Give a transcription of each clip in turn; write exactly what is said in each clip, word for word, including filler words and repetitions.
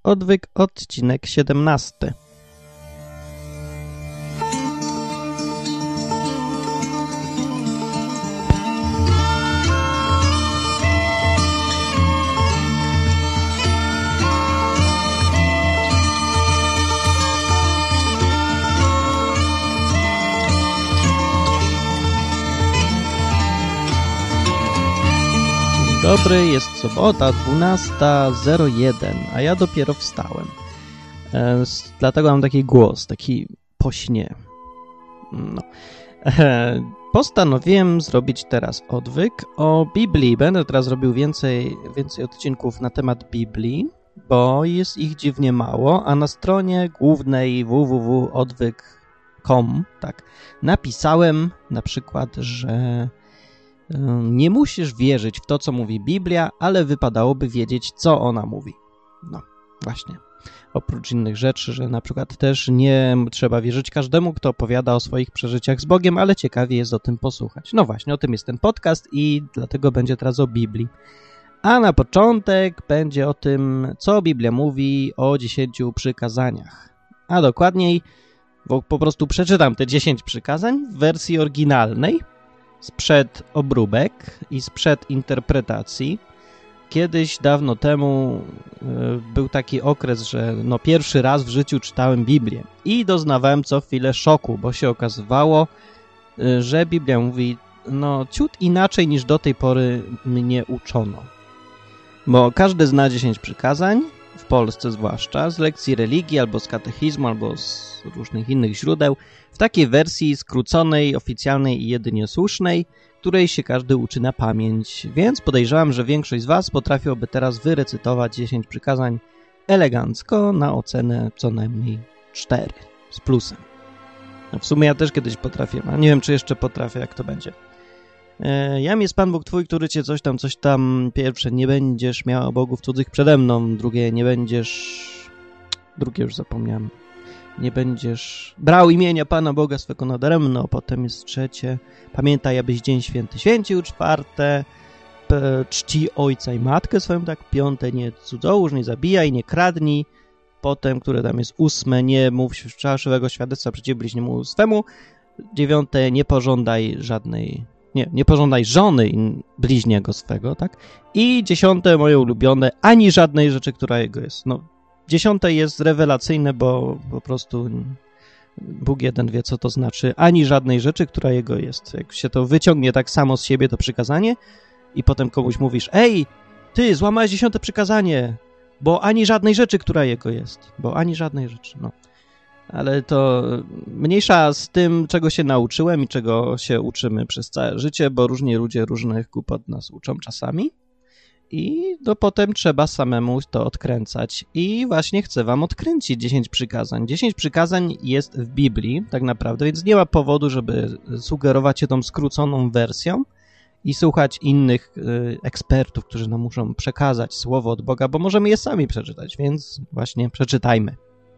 Odwyk, odcinek siedemnasty. Dobry, jest sobota, dwunasta zero jeden, a ja dopiero wstałem. E, z, dlatego mam taki głos, taki po śnie. No. E, postanowiłem zrobić teraz odwyk o Biblii. Będę teraz robił więcej, więcej odcinków na temat Biblii, bo jest ich dziwnie mało, a na stronie głównej w w w kropka odwyk kropka com tak, napisałem na przykład, że nie musisz wierzyć w to, co mówi Biblia, ale wypadałoby wiedzieć, co ona mówi. No, właśnie. Oprócz innych rzeczy, że na przykład też nie trzeba wierzyć każdemu, kto opowiada o swoich przeżyciach z Bogiem, ale ciekawie jest o tym posłuchać. No właśnie, o tym jest ten podcast i dlatego będzie teraz o Biblii. A na początek będzie o tym, co Biblia mówi o dziesięciu przykazaniach. A dokładniej, bo po prostu przeczytam te dziesięć przykazań w wersji oryginalnej, sprzed obróbek i sprzed interpretacji. Kiedyś, dawno temu y, był taki okres, że no pierwszy raz w życiu czytałem Biblię i doznawałem co chwilę szoku, bo się okazywało, y, że Biblia mówi no ciut inaczej niż do tej pory mnie uczono. Bo każdy zna dziesięć przykazań, w Polsce zwłaszcza, z lekcji religii, albo z katechizmu, albo z różnych innych źródeł, w takiej wersji skróconej, oficjalnej i jedynie słusznej, której się każdy uczy na pamięć. Więc podejrzewam, że większość z was potrafiłoby teraz wyrecytować dziesięć przykazań elegancko na ocenę co najmniej cztery z plusem. No w sumie ja też kiedyś potrafiłem, a nie wiem, czy jeszcze potrafię, jak to będzie. Jam jest Pan Bóg Twój, który Cię coś tam, coś tam. Pierwsze, nie będziesz miał bogów cudzych przede mną. Drugie, nie będziesz... Drugie już zapomniałem. Nie będziesz brał imienia Pana Boga swego nadaremno. Potem jest trzecie. Pamiętaj, abyś dzień święty święcił. Czwarte, p- czci ojca i matkę swoją. Tak. Piąte, nie cudzołóż, nie zabijaj, nie kradnij. Potem, które tam jest ósme, nie mów fałszywego świadectwa przeciw bliźniemu swemu. Dziewiąte, nie pożądaj żadnej... Nie, nie pożądaj żony bliźniego swego, tak? I dziesiąte, moje ulubione, ani żadnej rzeczy, która jego jest. No, dziesiąte jest rewelacyjne, bo po prostu Bóg jeden wie, co to znaczy. Ani żadnej rzeczy, która jego jest. Jak się to wyciągnie tak samo z siebie, to przykazanie i potem komuś mówisz, ej, ty złamałeś dziesiąte przykazanie, bo ani żadnej rzeczy, która jego jest. Bo ani żadnej rzeczy, no. Ale to mniejsza z tym, czego się nauczyłem i czego się uczymy przez całe życie, bo różni ludzie różnych głupot nas uczą czasami i no potem trzeba samemu to odkręcać. I właśnie chcę wam odkręcić dziesięć przykazań. dziesięć przykazań jest w Biblii tak naprawdę, więc nie ma powodu, żeby sugerować się tą skróconą wersją i słuchać innych y, ekspertów, którzy nam muszą przekazać słowo od Boga, bo możemy je sami przeczytać, więc właśnie przeczytajmy.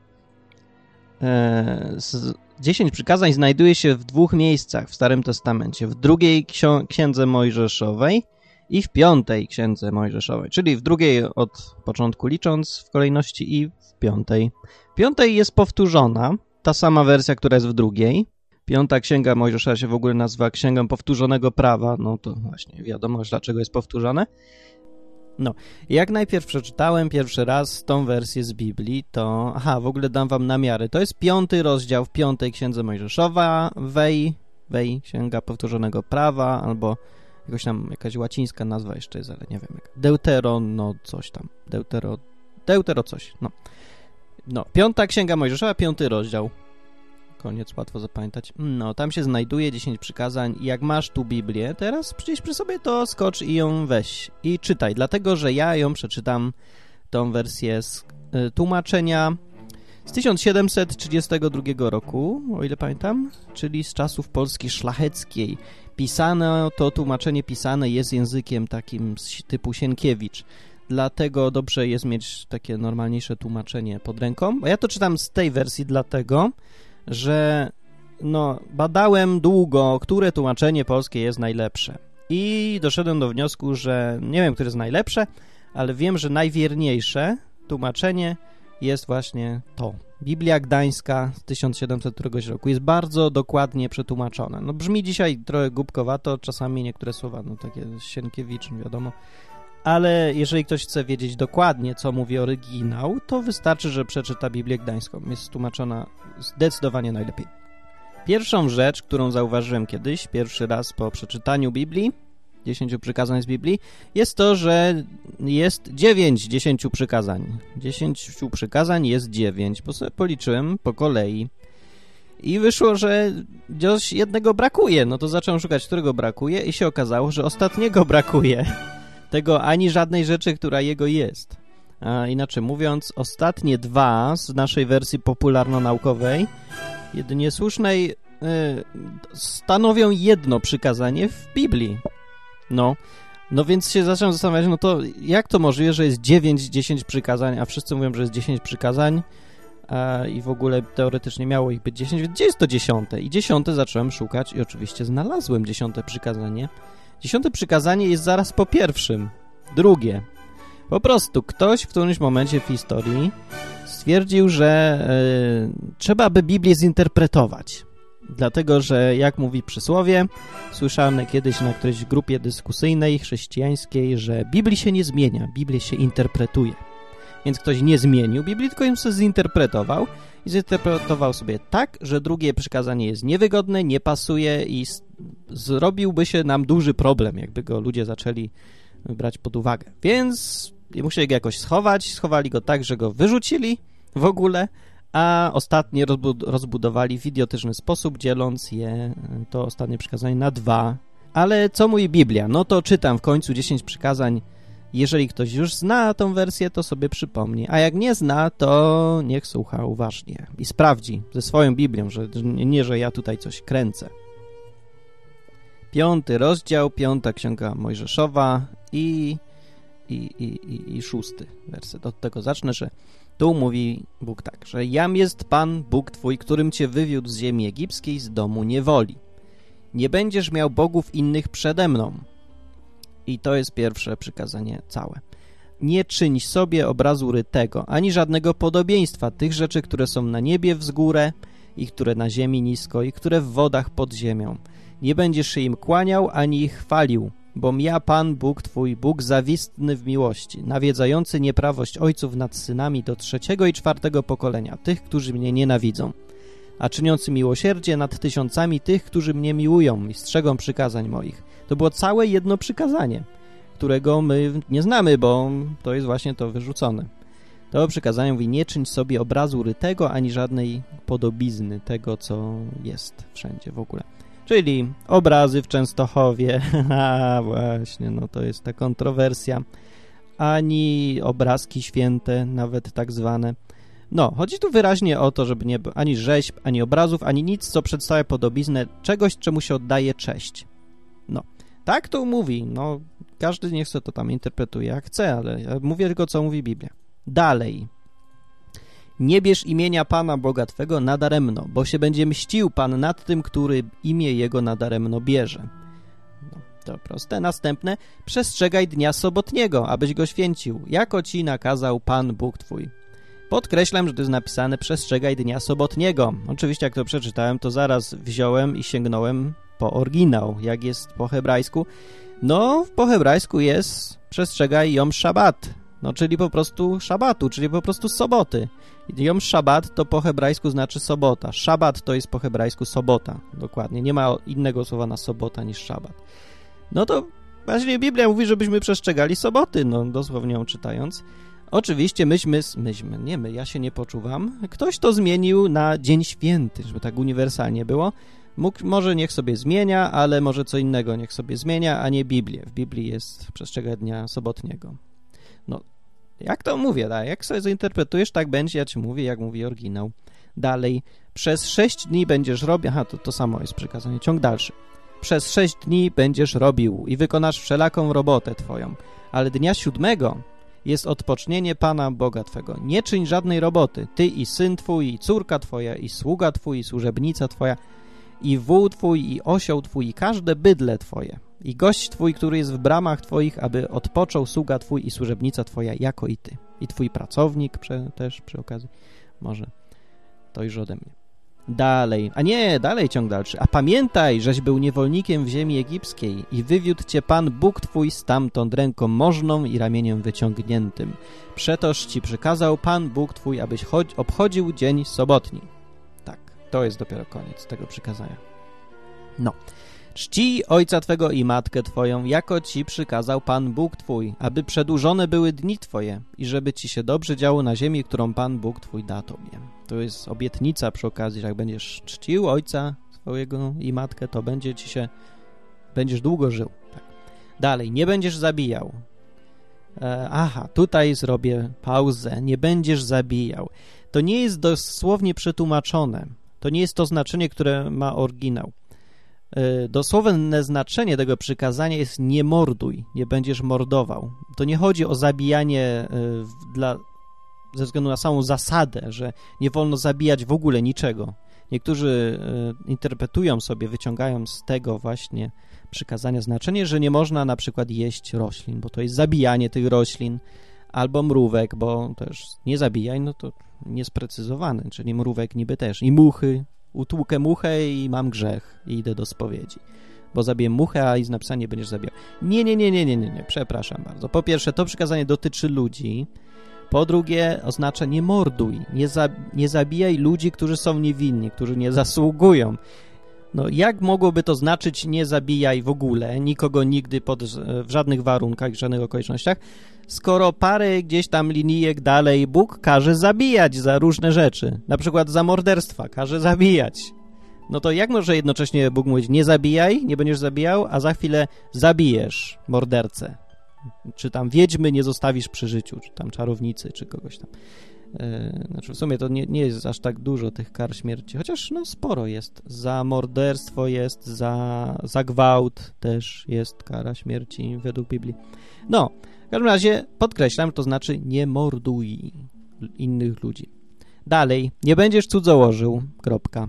dziesięć przykazań znajduje się w dwóch miejscach w Starym Testamencie. W drugiej ksią- księdze Mojżeszowej i w piątej księdze Mojżeszowej. Czyli w drugiej od początku licząc w kolejności i w piątej. W piątej jest powtórzona ta sama wersja, która jest w drugiej. Piąta księga Mojżesza się w ogóle nazywa Księgą Powtórzonego Prawa. No to właśnie wiadomo, dlaczego jest powtórzone. No, jak najpierw przeczytałem pierwszy raz tą wersję z Biblii, to... Aha, w ogóle dam wam namiary. To jest piąty rozdział w piątej księdze Mojżeszowej, wej, Księga Powtórzonego Prawa, albo jakoś tam jakaś łacińska nazwa jeszcze jest, ale nie wiem jak. Deuteron, no coś tam. Deutero... Deutero coś, no. No, piąta księga Mojżeszowa, piąty rozdział. Koniec, łatwo zapamiętać. No, tam się znajduje dziesięć przykazań i jak masz tu Biblię teraz gdzieś przy sobie, to skocz i ją weź i czytaj, dlatego, że ja ją przeczytam, tą wersję z y, tłumaczenia z tysiąc siedemset trzydziestego drugiego roku, o ile pamiętam, czyli z czasów Polski szlacheckiej. Pisane, to tłumaczenie pisane jest językiem takim typu Sienkiewicz. Dlatego dobrze jest mieć takie normalniejsze tłumaczenie pod ręką. Bo ja to czytam z tej wersji dlatego, że no, badałem długo, które tłumaczenie polskie jest najlepsze. I doszedłem do wniosku, że nie wiem, które jest najlepsze, ale wiem, że najwierniejsze tłumaczenie jest właśnie to. Biblia Gdańska z tysiąc siedemset któregoś roku jest bardzo dokładnie przetłumaczona. No brzmi dzisiaj trochę głupkowato, czasami niektóre słowa, no takie Sienkiewicz, wiadomo. Ale jeżeli ktoś chce wiedzieć dokładnie, co mówi oryginał, to wystarczy, że przeczyta Biblię Gdańską. Jest tłumaczona zdecydowanie najlepiej. Pierwszą rzecz, którą zauważyłem kiedyś, pierwszy raz po przeczytaniu Biblii, dziesięciu przykazań z Biblii, jest to, że jest dziewięć dziesięciu przykazań. Dziesięciu przykazań jest dziewięć, bo sobie policzyłem po kolei. I wyszło, że coś jednego brakuje. No to zacząłem szukać, którego brakuje i się okazało, że ostatniego brakuje. Tego ani żadnej rzeczy, która jego jest. A inaczej mówiąc, ostatnie dwa z naszej wersji popularno-naukowej, jedynie słusznej, yy, stanowią jedno przykazanie w Biblii. No, no więc się zacząłem zastanawiać, no to jak to możliwe, że jest dziewięć dziesięć przykazań, a wszyscy mówią, że jest dziesięć przykazań a, i w ogóle teoretycznie miało ich być dziesięć, więc gdzie jest to dziesiąte? I dziesiąte zacząłem szukać i oczywiście znalazłem dziesiąte przykazanie. Dziesiąte przykazanie jest zaraz po pierwszym. Drugie. Po prostu ktoś w którymś momencie w historii stwierdził, że y, trzeba by Biblię zinterpretować. Dlatego, że jak mówi przysłowie, słyszałem kiedyś na którejś grupie dyskusyjnej chrześcijańskiej, że Biblii się nie zmienia, Biblię się interpretuje. Więc ktoś nie zmienił Biblii, tylko ją sobie zinterpretował i zinterpretował sobie tak, że drugie przykazanie jest niewygodne, nie pasuje i zrobiłby się nam duży problem, jakby go ludzie zaczęli brać pod uwagę. Więc musieli go jakoś schować, schowali go tak, że go wyrzucili w ogóle, a ostatnie rozbudowali w idiotyczny sposób, dzieląc je, to ostatnie przykazanie, na dwa. Ale co mówi Biblia? No to czytam w końcu dziesięć przykazań. Jeżeli ktoś już zna tą wersję, to sobie przypomni. A jak nie zna, to niech słucha uważnie i sprawdzi ze swoją Biblią, że nie, że ja tutaj coś kręcę. Piąty rozdział, piąta księga Mojżeszowa i, i, i, i, i szósty werset. Od tego zacznę, że tu mówi Bóg tak, że jam jest Pan, Bóg Twój, którym Cię wywiódł z ziemi egipskiej, z domu niewoli. Nie będziesz miał bogów innych przede mną. I to jest pierwsze przykazanie całe. Nie czyń sobie obrazu rytego, ani żadnego podobieństwa tych rzeczy, które są na niebie wzgórę i które na ziemi nisko i które w wodach pod ziemią. Nie będziesz się im kłaniał, ani ich chwalił, bom ja Pan, Bóg Twój, Bóg zawistny w miłości, nawiedzający nieprawość ojców nad synami do trzeciego i czwartego pokolenia, tych, którzy mnie nienawidzą, a czyniący miłosierdzie nad tysiącami tych, którzy mnie miłują i strzegą przykazań moich. To było całe jedno przykazanie, którego my nie znamy, bo to jest właśnie to wyrzucone. To przykazanie mówi, nie czyń sobie obrazu rytego, ani żadnej podobizny tego, co jest wszędzie w ogóle. Czyli obrazy w Częstochowie, a właśnie, no to jest ta kontrowersja, ani obrazki święte, nawet tak zwane. No, chodzi tu wyraźnie o to, żeby nie było ani rzeźb, ani obrazów, ani nic, co przedstawia podobiznę czegoś, czemu się oddaje cześć. No, tak to mówi, no, każdy niech sobie to tam interpretuje jak chce, ale ja mówię tylko, co mówi Biblia. Dalej. Nie bierz imienia Pana Boga Twego nadaremno, bo się będzie mścił Pan nad tym, który imię Jego nadaremno bierze. No, to proste. Następne. Przestrzegaj dnia sobotniego, abyś go święcił, jako Ci nakazał Pan Bóg Twój. Podkreślam, że to jest napisane przestrzegaj dnia sobotniego. Oczywiście jak to przeczytałem, to zaraz wziąłem i sięgnąłem po oryginał, jak jest po hebrajsku. No, po hebrajsku jest przestrzegaj Jom Szabat, no czyli po prostu szabatu, czyli po prostu soboty. Jom Szabat to po hebrajsku znaczy sobota. Szabat to jest po hebrajsku sobota, dokładnie. Nie ma innego słowa na sobota niż szabat. No to właśnie Biblia mówi, żebyśmy przestrzegali soboty, no dosłownie ją czytając. Oczywiście myśmy, myśmy, nie my, ja się nie poczuwam. Ktoś to zmienił na dzień święty, żeby tak uniwersalnie było. Mógł, może niech sobie zmienia, ale może co innego niech sobie zmienia, a nie Biblię. W Biblii jest przestrzegać dnia sobotniego. No, jak to mówię, tak? Jak sobie zinterpretujesz, tak będzie, ja ci mówię, jak mówi oryginał. Dalej, przez sześć dni będziesz robił, aha, to, to samo jest przykazanie, ciąg dalszy. Przez sześć dni będziesz robił i wykonasz wszelaką robotę twoją, ale dnia siódmego jest odpocznienie Pana Boga Twego. Nie czyń żadnej roboty, ty i syn twój, i córka twoja, i sługa twój, i służebnica twoja, i wół twój, i osioł twój, i każde bydlę twoje, i gość twój, który jest w bramach twoich, aby odpoczął sługa twój i służebnica twoja, jako i ty. I twój pracownik prze, też przy okazji. Może to już ode mnie. Dalej, a nie, dalej ciąg dalszy. A pamiętaj, żeś był niewolnikiem w ziemi egipskiej i wywiódł cię Pan Bóg twój stamtąd ręką możną i ramieniem wyciągniętym. Przetoż ci przykazał Pan Bóg twój, abyś chodź, obchodził dzień sobotni. Tak, to jest dopiero koniec tego przykazania. No. Czcij ojca twego i matkę twoją, jako ci przykazał Pan Bóg twój, aby przedłużone były dni twoje i żeby ci się dobrze działo na ziemi, którą Pan Bóg twój da tobie. To jest obietnica przy okazji, że jak będziesz czcił ojca swojego i matkę, to będzie ci się, będziesz długo żył. Tak. Dalej, nie będziesz zabijał. E, aha, tutaj zrobię pauzę. Nie będziesz zabijał. To nie jest dosłownie przetłumaczone. To nie jest to znaczenie, które ma oryginał. Dosłowne znaczenie tego przykazania jest nie morduj, nie będziesz mordował. To nie chodzi o zabijanie dla, ze względu na samą zasadę, że nie wolno zabijać w ogóle niczego. Niektórzy interpretują sobie, wyciągają z tego właśnie przykazania znaczenie, że nie można na przykład jeść roślin, bo to jest zabijanie tych roślin, albo mrówek, bo też nie zabijaj, no to niesprecyzowane, czyli mrówek niby też, i muchy. Utłukę muchę i mam grzech i idę do spowiedzi, bo zabiję muchę, a i z napisania nie będziesz zabijał. Nie, nie, nie, nie, nie, nie, nie, przepraszam bardzo. Po pierwsze, to przykazanie dotyczy ludzi. Po drugie, oznacza nie morduj, nie, za, nie zabijaj ludzi, którzy są niewinni, którzy nie zasługują. No, jak mogłoby to znaczyć nie zabijaj w ogóle, nikogo nigdy pod, w żadnych warunkach, w żadnych okolicznościach, skoro parę gdzieś tam linijek dalej Bóg każe zabijać za różne rzeczy, na przykład za morderstwa każe zabijać. No to jak może jednocześnie Bóg mówić nie zabijaj, nie będziesz zabijał, a za chwilę zabijesz mordercę, czy tam wiedźmy nie zostawisz przy życiu, czy tam czarownicy, czy kogoś tam. Yy, znaczy w sumie to nie, nie jest aż tak dużo tych kar śmierci, chociaż no sporo jest. Za morderstwo jest, za, za gwałt też jest kara śmierci według Biblii. No, w każdym razie podkreślam, to znaczy nie morduj innych ludzi. Dalej, nie będziesz cudzołożył, kropka.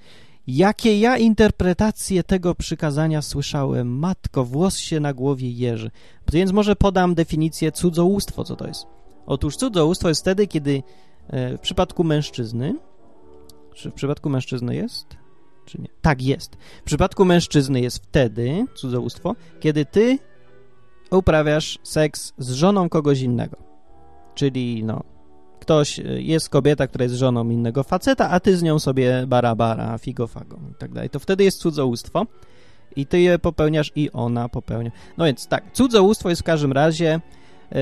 Jakie ja interpretacje tego przykazania słyszałem, matko, włos się na głowie jeży. Więc może podam definicję cudzołóstwo, co to jest. Otóż cudzołóstwo jest wtedy, kiedy e, w przypadku mężczyzny, czy w przypadku mężczyzny jest, czy nie? Tak, jest. W przypadku mężczyzny jest wtedy cudzołóstwo, kiedy ty uprawiasz seks z żoną kogoś innego. Czyli no, ktoś, jest kobieta, która jest żoną innego faceta, a ty z nią sobie bara bara, figo fago i tak dalej. To wtedy jest cudzołóstwo i ty je popełniasz i ona popełnia. No więc tak, cudzołóstwo jest w każdym razie yy,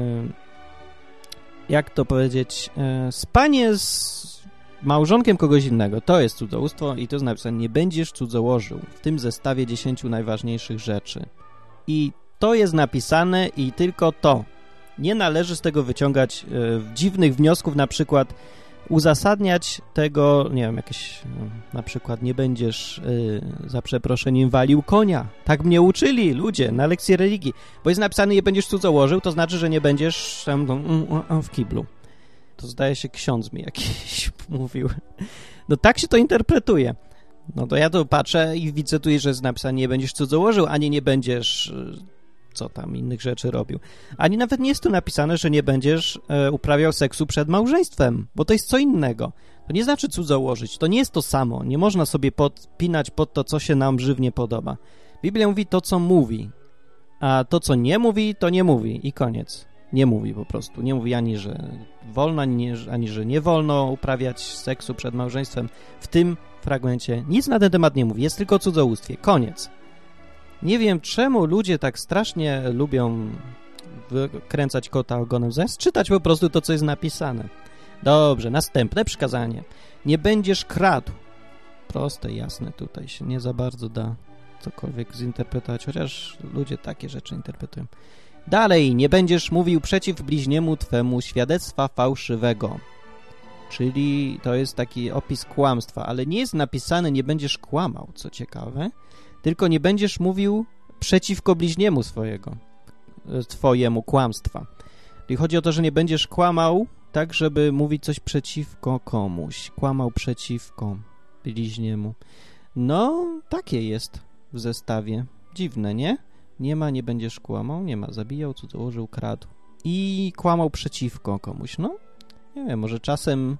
jak to powiedzieć, yy, spanie z małżonkiem kogoś innego. To jest cudzołóstwo i to jest napisane, nie będziesz cudzołożył w tym zestawie dziesięciu najważniejszych rzeczy. I to jest napisane i tylko to. Nie należy z tego wyciągać y, dziwnych wniosków, na przykład uzasadniać tego, nie wiem, jakieś, no, na przykład nie będziesz y, za przeproszeniem walił konia. Tak mnie uczyli ludzie na lekcji religii. Bo jest napisane, nie będziesz cudzołożył, to znaczy, że nie będziesz tam no, w kiblu. To zdaje się ksiądz mi jakiś mówił. No tak się to interpretuje. No to ja to patrzę i widzę tu, że jest napisane, nie będziesz cudzołożył, ani nie będziesz co tam innych rzeczy robił. Ani nawet nie jest tu napisane, że nie będziesz e, uprawiał seksu przed małżeństwem, bo to jest co innego. To nie znaczy cudzołożyć, to nie jest to samo. Nie można sobie podpinać pod to, co się nam żywnie podoba. Biblia mówi to, co mówi, a to, co nie mówi, to nie mówi i koniec. Nie mówi po prostu. Nie mówi ani, że wolno, ani, ani że nie wolno uprawiać seksu przed małżeństwem. W tym fragmencie nic na ten temat nie mówi. Jest tylko o cudzołóstwie. Koniec. Nie wiem, czemu ludzie tak strasznie lubią wykręcać kota ogonem, zamiast czytać po prostu to, co jest napisane. Dobrze, następne przykazanie. Nie będziesz kradł. Proste, jasne, tutaj się nie za bardzo da cokolwiek zinterpretować, chociaż ludzie takie rzeczy interpretują. Dalej, nie będziesz mówił przeciw bliźniemu twemu świadectwa fałszywego. Czyli to jest taki opis kłamstwa, ale nie jest napisane, nie będziesz kłamał, co ciekawe, tylko nie będziesz mówił przeciwko bliźniemu swojego, twojemu kłamstwa. Czyli chodzi o to, że nie będziesz kłamał tak, żeby mówić coś przeciwko komuś. Kłamał przeciwko bliźniemu. No, takie jest w zestawie. Dziwne, nie? Nie ma, nie będziesz kłamał, nie ma. Zabijał, cudzołożył, kradł. i kłamał przeciwko komuś. No, nie wiem, może czasem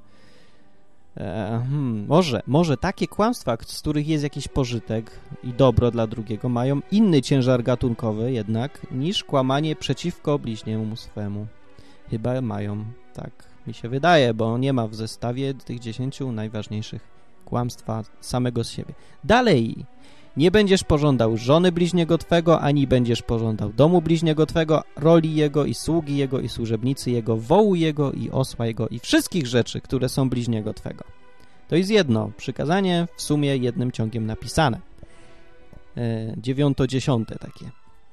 e, hmm, może, może takie kłamstwa, z których jest jakiś pożytek i dobro dla drugiego, mają inny ciężar gatunkowy jednak niż kłamanie przeciwko bliźniemu swemu. Chyba mają, tak mi się wydaje, bo nie ma w zestawie tych dziesięciu najważniejszych kłamstwa samego z siebie. Dalej, nie będziesz pożądał żony bliźniego twego, ani będziesz pożądał domu bliźniego twego, roli jego i sługi jego i służebnicy jego, wołu jego i osła jego i wszystkich rzeczy, które są bliźniego twego. To jest jedno przykazanie, w sumie jednym ciągiem napisane. E, dziewiąto, dziesiąte takie.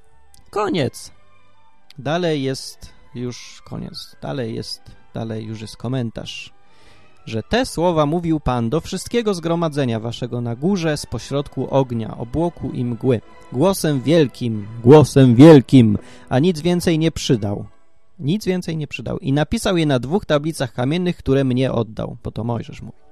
Koniec. Dalej jest już koniec. Dalej jest, dalej już jest komentarz. Że te słowa mówił Pan do wszystkiego zgromadzenia waszego na górze z pośrodku ognia, obłoku i mgły. Głosem wielkim, głosem wielkim, a nic więcej nie przydał. Nic więcej nie przydał. I napisał je na dwóch tablicach kamiennych, które mnie oddał. Bo to Mojżesz mówi.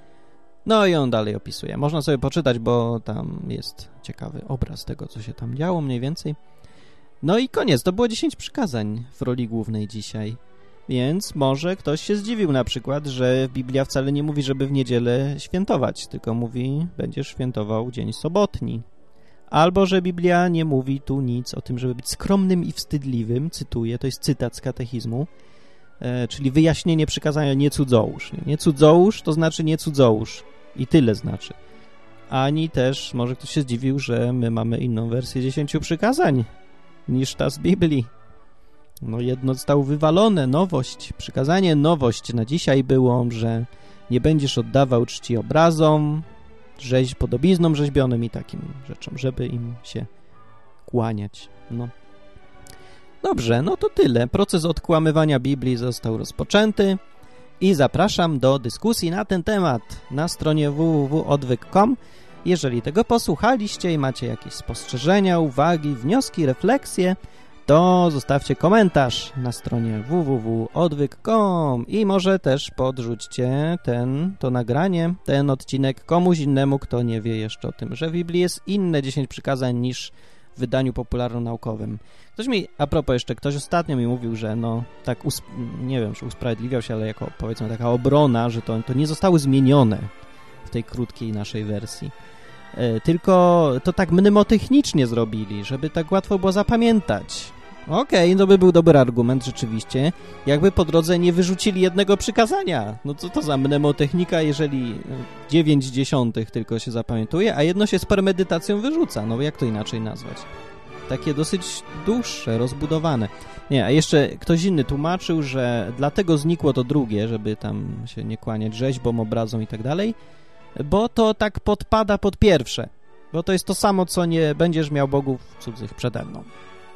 No i on dalej opisuje. Można sobie poczytać, bo tam jest ciekawy obraz tego, co się tam działo mniej więcej. No i koniec. To było dziesięć przykazań w roli głównej dzisiaj. Więc może ktoś się zdziwił na przykład, że Biblia wcale nie mówi, żeby w niedzielę świętować, tylko mówi, będziesz świętował dzień sobotni. Albo, że Biblia nie mówi tu nic o tym, żeby być skromnym i wstydliwym, cytuję, to jest cytat z katechizmu, e, czyli wyjaśnienie przykazania nie cudzołóż. Nie, nie cudzołóż to znaczy nie cudzołóż i tyle znaczy. Ani też może ktoś się zdziwił, że my mamy inną wersję dziesięciu przykazań niż ta z Biblii. No jedno zostało wywalone, nowość, przykazanie, nowość na dzisiaj było, że nie będziesz oddawał czci obrazom, rzeźb, podobiznom rzeźbionym i takim rzeczom, żeby im się kłaniać. No. Dobrze, no to tyle. Proces odkłamywania Biblii został rozpoczęty i zapraszam do dyskusji na ten temat na stronie w w w kropka odwyk kropka com. Jeżeli tego posłuchaliście i macie jakieś spostrzeżenia, uwagi, wnioski, refleksje, to zostawcie komentarz na stronie w w w kropka odwyk kropka com i może też podrzućcie ten, to nagranie, ten odcinek komuś innemu, kto nie wie jeszcze o tym, że w Biblii jest inne dziesięć przykazań niż w wydaniu popularno-naukowym. Ktoś mi, a propos jeszcze, ktoś ostatnio mi mówił, że no tak, nie wiem, czy usprawiedliwiał się, ale jako powiedzmy taka obrona, że to, to nie zostały zmienione w tej krótkiej naszej wersji. Tylko to tak mnemotechnicznie zrobili, żeby tak łatwo było zapamiętać. Okej, okay, to by był dobry argument rzeczywiście, jakby po drodze nie wyrzucili jednego przykazania. No co to za mnemotechnika, jeżeli dziewięć dziesiątych tylko się zapamiętuje, a jedno się z premedytacją wyrzuca. No jak to inaczej nazwać? Takie dosyć dłuższe, rozbudowane. Nie, a jeszcze ktoś inny tłumaczył, że dlatego znikło to drugie, żeby tam się nie kłaniać rzeźbom, obrazom i tak dalej, bo to tak podpada pod pierwsze. Bo to jest to samo, co nie będziesz miał bogów cudzych przede mną.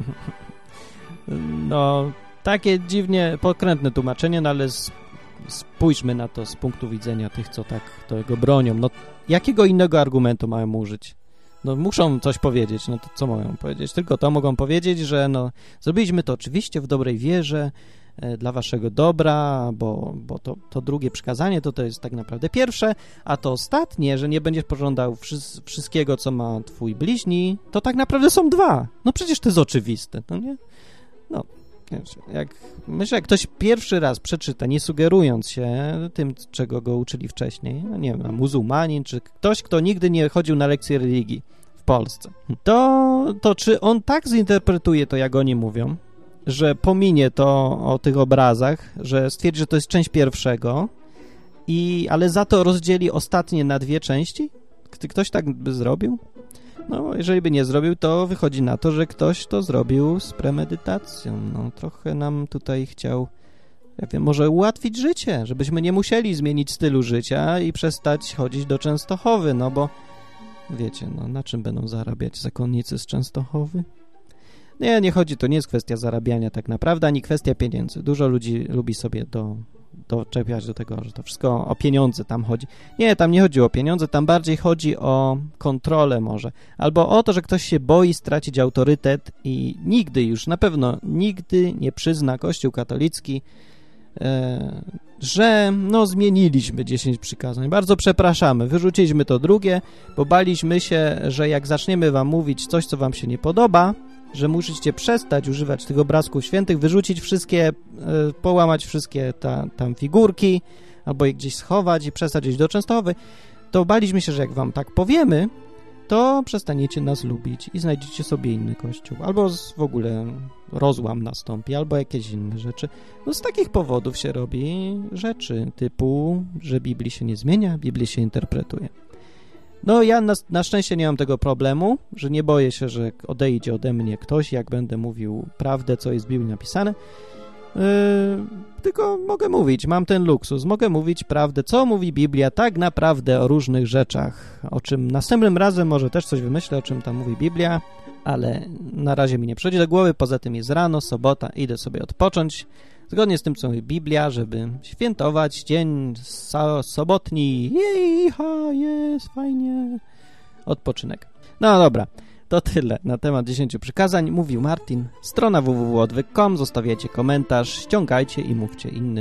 No, takie dziwnie pokrętne tłumaczenie, no ale spójrzmy na to z punktu widzenia tych, co tak tego bronią. No, jakiego innego argumentu mają użyć? No, muszą coś powiedzieć, no to co mogą powiedzieć? Tylko to mogą powiedzieć, że no, zrobiliśmy to oczywiście w dobrej wierze, dla waszego dobra, bo, bo to, to drugie przykazanie to, to jest tak naprawdę pierwsze, a to ostatnie, że nie będziesz pożądał wszy- wszystkiego, co ma twój bliźni, to tak naprawdę są dwa. No przecież to jest oczywiste, no nie? No, jak, myślę, jak ktoś pierwszy raz przeczyta, nie sugerując się tym, czego go uczyli wcześniej, no nie wiem, muzułmanin, czy ktoś, kto nigdy nie chodził na lekcje religii w Polsce, to, to czy on tak zinterpretuje to, jak oni mówią, że pominie to o tych obrazach, że stwierdzi, że to jest część pierwszego, i, ale za to rozdzieli ostatnie na dwie części? Czy ktoś tak by zrobił? No, jeżeli by nie zrobił, to wychodzi na to, że ktoś to zrobił z premedytacją. No, trochę nam tutaj chciał, ja wiem, może ułatwić życie, żebyśmy nie musieli zmienić stylu życia i przestać chodzić do Częstochowy, no bo wiecie, no na czym będą zarabiać zakonnicy z Częstochowy? Nie, nie chodzi, to nie jest kwestia zarabiania tak naprawdę, ani kwestia pieniędzy. Dużo ludzi lubi sobie do, doczepiać do tego, że to wszystko o pieniądze tam chodzi. Nie, tam nie chodzi o pieniądze, tam bardziej chodzi o kontrolę może. Albo o to, że ktoś się boi stracić autorytet i nigdy już, na pewno nigdy nie przyzna Kościół katolicki, e, że no zmieniliśmy dziesięć przykazań. Bardzo przepraszamy, wyrzuciliśmy to drugie, bo baliśmy się, że jak zaczniemy wam mówić coś, co wam się nie podoba, że musicie przestać używać tych obrazków świętych, wyrzucić wszystkie, y, połamać wszystkie ta, tam figurki, albo je gdzieś schować i przestać iść do Częstochowy, to baliśmy się, że jak wam tak powiemy, to przestaniecie nas lubić i znajdziecie sobie inny kościół. Albo z, w ogóle rozłam nastąpi, albo jakieś inne rzeczy. No z takich powodów się robi rzeczy, typu, że Biblii się nie zmienia, Biblię się interpretuje. No ja na, na szczęście nie mam tego problemu, że nie boję się, że odejdzie ode mnie ktoś, jak będę mówił prawdę, co jest w Biblii napisane. Yy, tylko mogę mówić, mam ten luksus, mogę mówić prawdę, co mówi Biblia tak naprawdę o różnych rzeczach, o czym następnym razem może też coś wymyślę, o czym tam mówi Biblia, ale na razie mi nie przychodzi do głowy, poza tym jest rano, sobota, idę sobie odpocząć, zgodnie z tym, co mówi Biblia, żeby świętować dzień so- sobotni, jej, ha, jest, fajnie, odpoczynek. No dobra. To tyle na temat dziesięciu przykazań. Mówił Martin. Strona w w w kropka odwyk kropka com. Zostawiajcie komentarz, ściągajcie i mówcie innym.